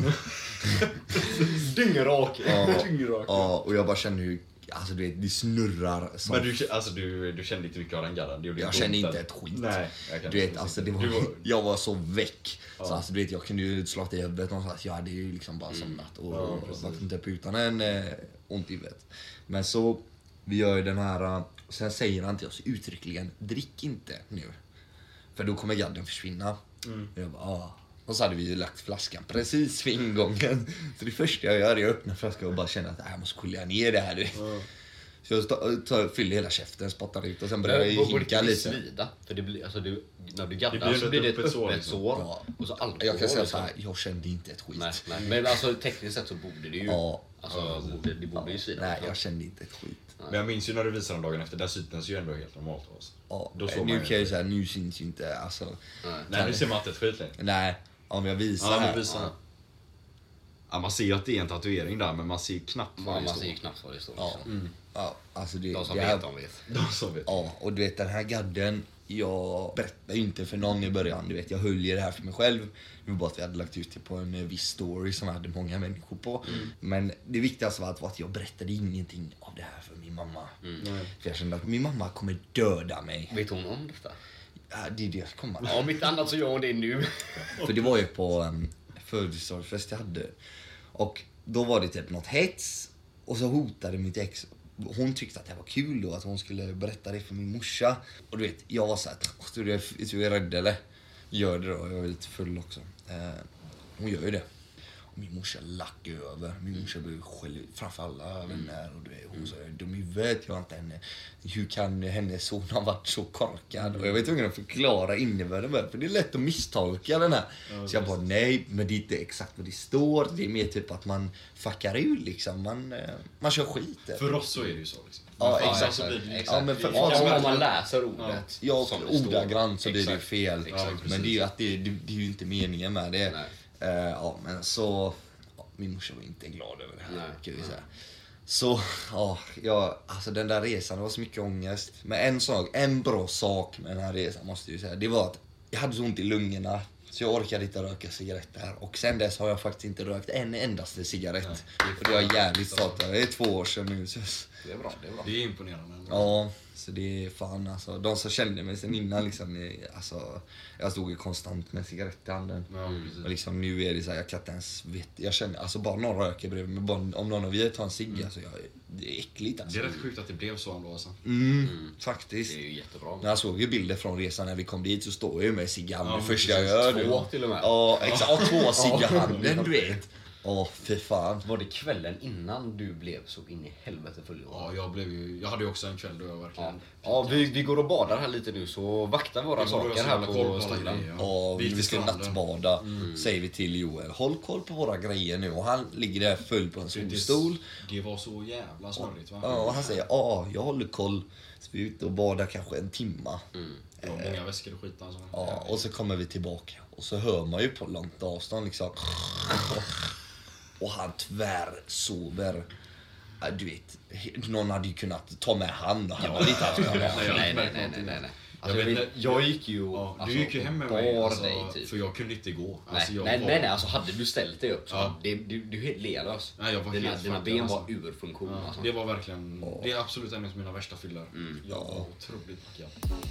Dyngrak. ja, Dyngrak. ja, och jag bara känner hur, alltså du vet, det snurrar som Men du, alltså, du, du kände inte mycket av den gadden? Det gjorde jag ont, kände inte eller? ett skit. Nej, jag kan Du vet, inte alltså se. det var, Du var... jag var så väck. Ja. Så alltså, du vet, jag kunde ju slått i huvudet någonstans. Jag hade ju liksom bara somnat och Ja, och precis. vaknat upp utan en eh, ont i huvudet. Men så, vi gör ju den här, uh, sen säger han till oss uttryckligen, drick inte nu. För då kommer gadden försvinna. Mm. Och jag bara, ah. Och så hade vi ju lagt flaskan precis vid ingången. Så det första jag gör är att öppna flaskan och bara känna att jag måste skölja ner det här. Du. Ja. Så jag tar, tar, fyller hela käften, spottar ut och sen börjar jag Borde hinka det lite. svida? För det blir, alltså du, när du Det gaddar blir så ett blir det ett öppet sår, öppet liksom. sår. Ja. Och så alkohol. Jag kan säga så liksom. här, jag kände inte ett skit. Nej, nej. Men alltså tekniskt sett så borde det ju. Ja. Alltså, Ja, borde, det borde ju svida. Nej, jag kände inte ett skit. Men jag minns ju när du visade den dagen efter, där syntes ju ändå helt normalt av oss. Ja, Då såg nu man kan ju jag ju inte. säga, nu syns ju inte, alltså. Nej. Nej, nu ser man inte ett skit längre. Nej, om jag visar Ja, här. nu visar han. Ja, man ser ju att det är en tatuering där, men man ser knappt vad Ja, det man står. ser ju knappt vad det står. Ja. Liksom. Mm. Ja, alltså det, De som det vet, här, de vet. De som vet. Ja, och du vet den här gadden, jag berättade ju inte för någon i början. Du vet, jag höll ju det här för mig själv. Det var bara att vi hade lagt ut det på en viss story som hade många människor på. Mm. Men det viktigaste var att, var att jag berättade ingenting av det här för min mamma. Mm. För jag kände att min mamma kommer döda mig. Vet hon om detta? Ja, det är det jag ska komma. Ja, mitt annat så gör hon det nu. För det var ju på en födelsedagsfest jag hade. Och då var det typ något hets. Och så hotade mitt ex. Hon tyckte att det var kul då, att hon skulle berätta det för min morsa. Och du vet, jag var såhär, tror du jag är rädd eller? Gör det då, jag var lite full också. Eh, hon gör ju det. Och min morsa lack över. Min morsa blev själv framför alla vänner. Och du vet, hon sa, dum i huvudet, jag har inte henne. Hur kan hennes son ha varit så korkad? Och jag vet inte att förklara innebörden med, för det är lätt att misstolka den här. Ja, så jag bara, nej, men det är inte exakt vad det står. Det är mer typ att man fuckar ur liksom. Man, eh, man kör skit. För oss så är det ju så liksom. Ja, Men fan, exakt. så blir det ju- Exakt. Ja, men för- Ja, för- om man läser ordet. Ja, som det står. ordagrant så blir det Exakt. fel. Ja, men precis. det är ju att det, det, det är ju inte meningen med det. Nej. Eh, ja, men så... Ja, min morsa var inte glad över det här, Nej. kan vi säga. Så, ja, jag, alltså den där resan, det var så mycket ångest. Men en sak, en bra sak med den här resan måste jag ju säga, det var att jag hade så ont i lungorna. Så jag orkade inte röka cigaretter. Och sen dess har jag faktiskt inte rökt en endaste cigarett. Nej. Och det är jag jävligt stolt över. Det är två år sedan nu. Så. Det är bra, det är bra. Det är imponerande. Ja, så det är fan alltså. De som kände mig sen innan liksom, alltså, jag stod ju konstant med cigarett i handen. Ja, Och precis. liksom nu är det så här, jag kan inte ens vet, jag känner, alltså bara någon röker bredvid mig, bara, om någon av er tar en cigg, Mm. alltså jag, det är äckligt alltså. Det är rätt sjukt att det blev så ändå alltså. Mm, Mm. faktiskt. Det är ju jättebra. När jag såg ju bilder från resan när vi kom dit så står jag ju med cigg i handen Ja, det första jag precis. gör. Två du. till och med. Ja, exakt. Ja, två cigg i handen, du vet. Åh, fy fan. Var det kvällen innan du blev så in i helvete full? Ja, jag blev ju, jag hade ju också en kväll då jag Ja, verkligen... ja vi, vi går och badar här lite nu, så vakta våra Vi borde ha saker så här jävla koll på på alla stolen. grejer. Ja, Vi gick vi till ska stranden. nattbada, Mm. säger vi till Joel. Håll koll på våra grejer nu. Och han ligger där full på en solstol. Det var så jävla smörigt va? Ja, och han säger ja, jag håller koll. Så vi är ute och badar kanske en timma. Mm. Det var många väskor och skit alltså. Ja, och så kommer vi tillbaka. Och så hör man ju på långt avstånd liksom. Och han tvärsover. Ja, du vet, någon hade ju kunnat ta med han och han hade inte haft med Nej, han. jag har Nej, inte nej, märkt nej, nej, någonting. nej, nej. Jag Alltså, vet vi, inte- jag gick ju och Ja, alltså, du gick ju hem med bar mig alltså, dig typ. för jag kunde inte gå. Nej, Alltså, jag nej, var... nej, nej, alltså hade du ställt dig upp så Ja. det, du, du är helt ledlös. Nej, jag var dina helt dina fucked, ben var alltså. ur funktion. Ja, Alltså. det var verkligen, det är absolut en av mina värsta fyllor. Mm. Jag var Ja. otroligt packad.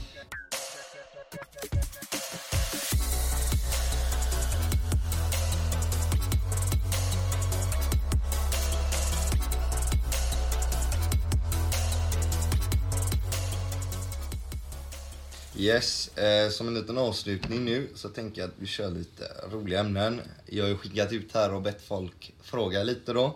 Yes, eh, som en liten avslutning nu så tänker jag att vi kör lite roliga ämnen. Jag har ju skickat ut här och bett folk fråga lite då.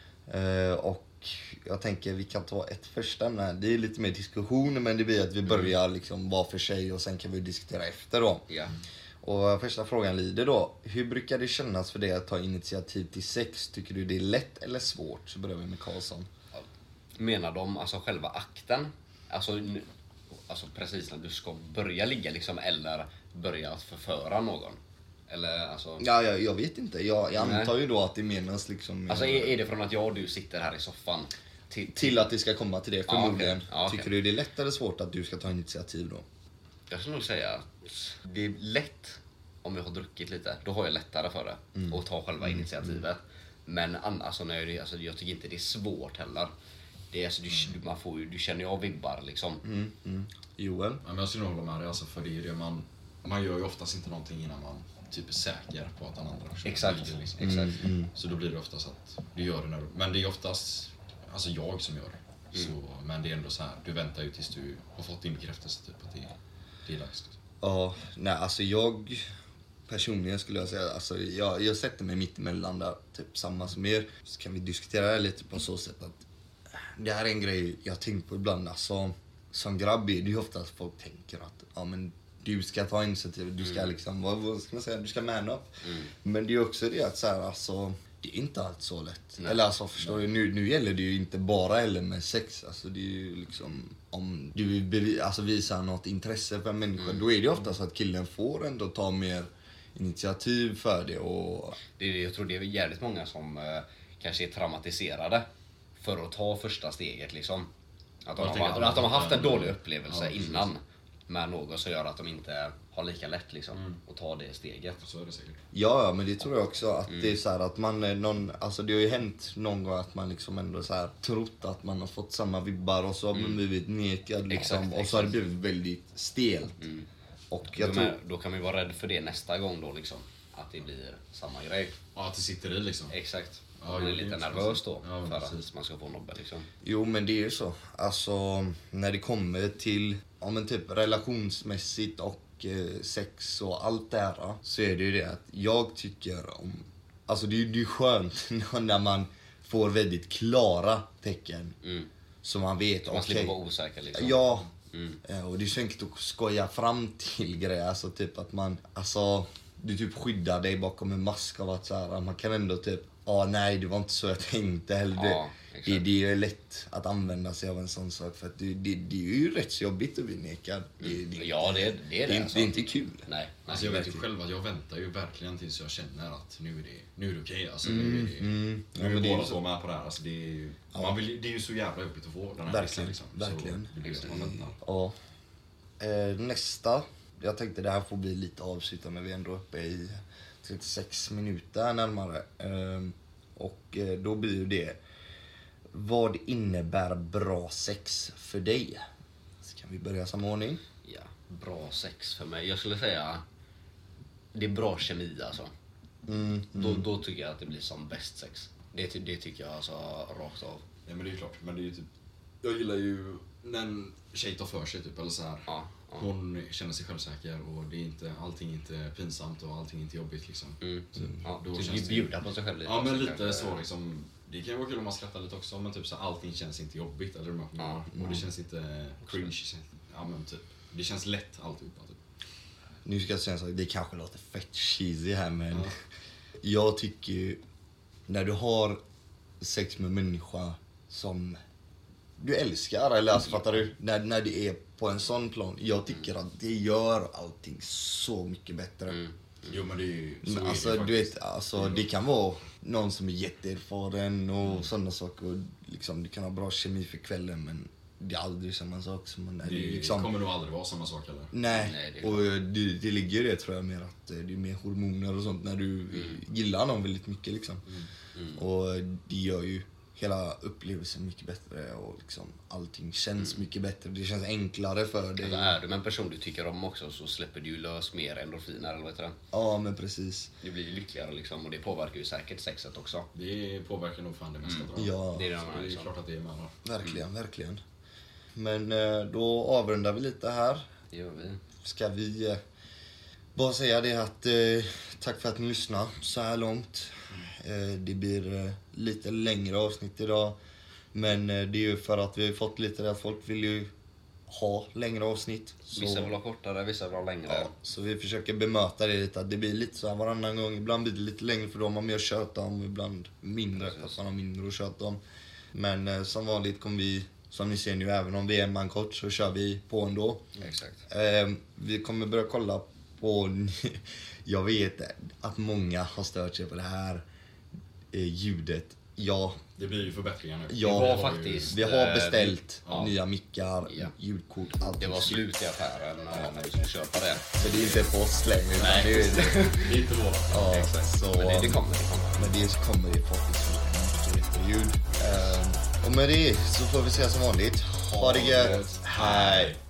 Eh, och jag tänker vi kan ta ett första ämne. Det är lite mer diskussion, men det blir att vi börjar liksom var för sig och sen kan vi diskutera efter då. Ja. Och första frågan lyder då: hur brukar det kännas för dig att ta initiativ till sex? Tycker du det är lätt eller svårt? Så börjar vi med Karlsson. Menar de alltså själva akten? Alltså, nu- alltså precis när du ska börja ligga liksom, eller börja att förföra någon? Eller alltså... Ja, jag, jag vet inte. Jag, jag Nej. antar ju då att det menas liksom... Alltså är, är det från att jag och du sitter här i soffan till... Till att det ska komma till det, förmodligen. okej. Ja, okej. Tycker du det är lätt eller svårt att du ska ta initiativ då? Jag skulle nog säga att det är lätt om jag har druckit lite. Då har jag lättare för det. Mm. Och ta själva initiativet. Men an- alltså, när jag, alltså, jag tycker inte det är svårt heller. Det är, alltså, du, man får, ju- du känner ju av vibbar liksom. Mm, mm. Joel? Ja, men jag skulle nog hålla med dig alltså, för det är det man, man gör ju oftast inte någonting innan man typ är säker på att den andra kör Exakt. ligger, liksom. Exakt. Mm, mm. Så då blir det oftast att du gör det när du, men det är oftast alltså jag som gör det. Så, men det är ändå så här, du väntar ju tills du har fått din bekräftelse typ att det, det är dags. Liksom. Ja, nej alltså jag... Personligen skulle jag säga, alltså jag, jag sätter mig mitt emellan där, typ samma som er. Så kan vi diskutera det lite på så sätt att det här är en grej jag har tänkt på ibland. Alltså, som grabb är det ju ofta att folk tänker att ja, men du ska ta initiativ, du ska liksom, vad, vad ska man säga, du ska man up. Mm. Men det är också det att så här, alltså, det är inte allt så lätt. Nej. Eller alltså förstår du, nu, nu gäller det ju inte bara eller med sex. Alltså det är ju liksom, om du bevi, alltså, visar något intresse för en människa, då är det ju ofta så att killen får ändå ta mer initiativ för det. Och Det är, jag tror det är jävligt många som eh, kanske är traumatiserade för att ta första steget liksom. Att de, Jag har, tänker att, att de att de har har haft en haft en- dålig upplevelse Ja, precis. innan med något som gör att de inte har lika lätt liksom Mm. att ta det steget. Så är det säkert. ja, ja, men det tror jag också att Mm. det är så här att man är någon, alltså det har ju hänt någon gång att man liksom ändå så här trott att man har fått samma vibbar och så har man blivit nekad liksom, Mm. Exakt, och så har det exakt. blivit väldigt stelt. Mm. Och Då, jag tror, med, då kan man ju vara rädd för det nästa gång då liksom. Att det blir samma grej. Ja, att det sitter i liksom. Exakt. Ja, Man blir jo, det är lite inte så nervös då Ja, men för precis. att man ska få nobben liksom. jo men det är ju så. Alltså när det kommer till, ja men typ relationsmässigt och eh, sex och allt det här, så är det ju det att jag tycker om, alltså det är ju det är skönt när man får väldigt klara tecken. Mm. Så man vet, Så man slipper okej. vara osäker liksom. Ja, Mm. eh, och det är så enkelt att skoja fram till grejer. Alltså typ att man, alltså du typ skyddar dig bakom en mask av att så här, man kan ändå typ, ja ah, nej det var inte så jag tänkte. Eller det, Ja, exakt. det, det är lätt att använda sig av en sån sak för att det, det, det är ju rätt så jobbigt att bli nekad. Det, det, Ja, det, det är det. det, är, alltså. det är inte kul. Nej, nej. Alltså jag vet ju verkligen. själv att jag väntar ju verkligen tills jag känner att nu är det, nu är det okej. Alltså, nu är det, mm. Ja, nu är men det är båda ju så. så med på det här. Alltså, det, är ju, Ja. man vill, det är ju så jävla jobbigt att få den här Verkligen, liksom. verkligen. Så det blir att man väntar. Ja. Eh, nästa. Jag tänkte det här får bli lite avslutande. Vi är ändå uppe i trettiosex minuter närmare. Eh, och eh, då blir ju det. Vad innebär bra sex för dig? Så kan vi börja samma ordning. Ja, bra sex för mig. Jag skulle säga det är bra kemi alltså. Mm, Då, då tycker jag att det blir som bäst sex. Det, ty- det tycker jag alltså rakt av. Ja, men det är ju klart. Men det är ju typ, jag gillar ju när en tjej tar för sig typ. Eller så här. Ja, ja. Hon känner sig självsäker och det är inte, allting är inte pinsamt och allting är inte jobbigt liksom. Mm. Ja, Då typ känns det- bjuda på sig själv lite. Ja men också, lite kanske. så liksom. Det kan ju vara kul om man skrattar lite också, men typ så allting känns inte jobbigt eller hur Ja, man och det känns inte cringe. Ja men typ. Det känns lätt alltihopa typ. Nu ska jag säga en sak. Det kanske låter fett cheesy här men Ja. jag tycker ju när du har sex med en människa som du älskar, eller alltså fattar du? När, när det är på en sån plan. Jag tycker att det gör allting så mycket bättre. Mm. Jo men det är ju så Men är det alltså ju du faktiskt. vet, alltså det kan vara någon som är jätteerfaren och sådana saker. Och liksom, du kan ha bra kemi för kvällen men det är aldrig samma sak som man är Det liksom. kommer nog aldrig vara samma sak eller? Nej, Nej, det är och det, det ligger i det tror jag mer att eh, det är mer hormoner och sånt när du gillar någon väldigt mycket liksom. Mm. Och det gör ju hela upplevelsen mycket bättre och liksom allting känns mycket bättre. Det känns enklare för dig. Alltså, är du med en person du tycker om också så släpper du ju lös mer endorfiner eller vad heter det? Ja men precis. Du blir ju lyckligare liksom och det påverkar ju säkert sexet också. Det påverkar nog fan det mesta tror jag. Ja, Det är det Så man det är liksom. klart att det är med då. verkligen, verkligen. Men eh, då avrundar vi lite här. Det gör vi. Ska vi eh, bara säga det att eh, tack för att ni lyssnar så här långt. Eh, det blir eh, lite längre avsnitt idag. Men eh, det är ju för att vi har fått lite där folk vill ju ha längre avsnitt. Så, Vissa vill ha kortare, vissa vill ha längre. ja, så vi försöker bemöta det lite. Att det blir lite så här varannan gång. Ibland blir det lite längre för dem har mer att köta om. Ibland mindre Precis. för att man har mindre att köta om. Men eh, som vanligt kommer vi, som ni ser nu, även om vi är en man kort så kör vi på ändå. Exakt. Eh, vi kommer börja kolla på... Jag vet att många har stört sig på det här eh, ljudet. Ja, Det blir ju förbättringar nu. Ja, Det var ju- faktiskt- vi har Eh, beställt ja. nya mickar, Ja. ljudkort, allt. Det var slut i affären eh, när vi skulle köpa det. Så det är inte på oss längre. utan Nej. det är, Det är inte vårat. ja, Exakt. Så, Men det, det kommer, det kommer. men det kommer ju förhoppningsvis mycket bättre ljud. Eh, och med det så får vi säga som vanligt. Ha det gött. Hej!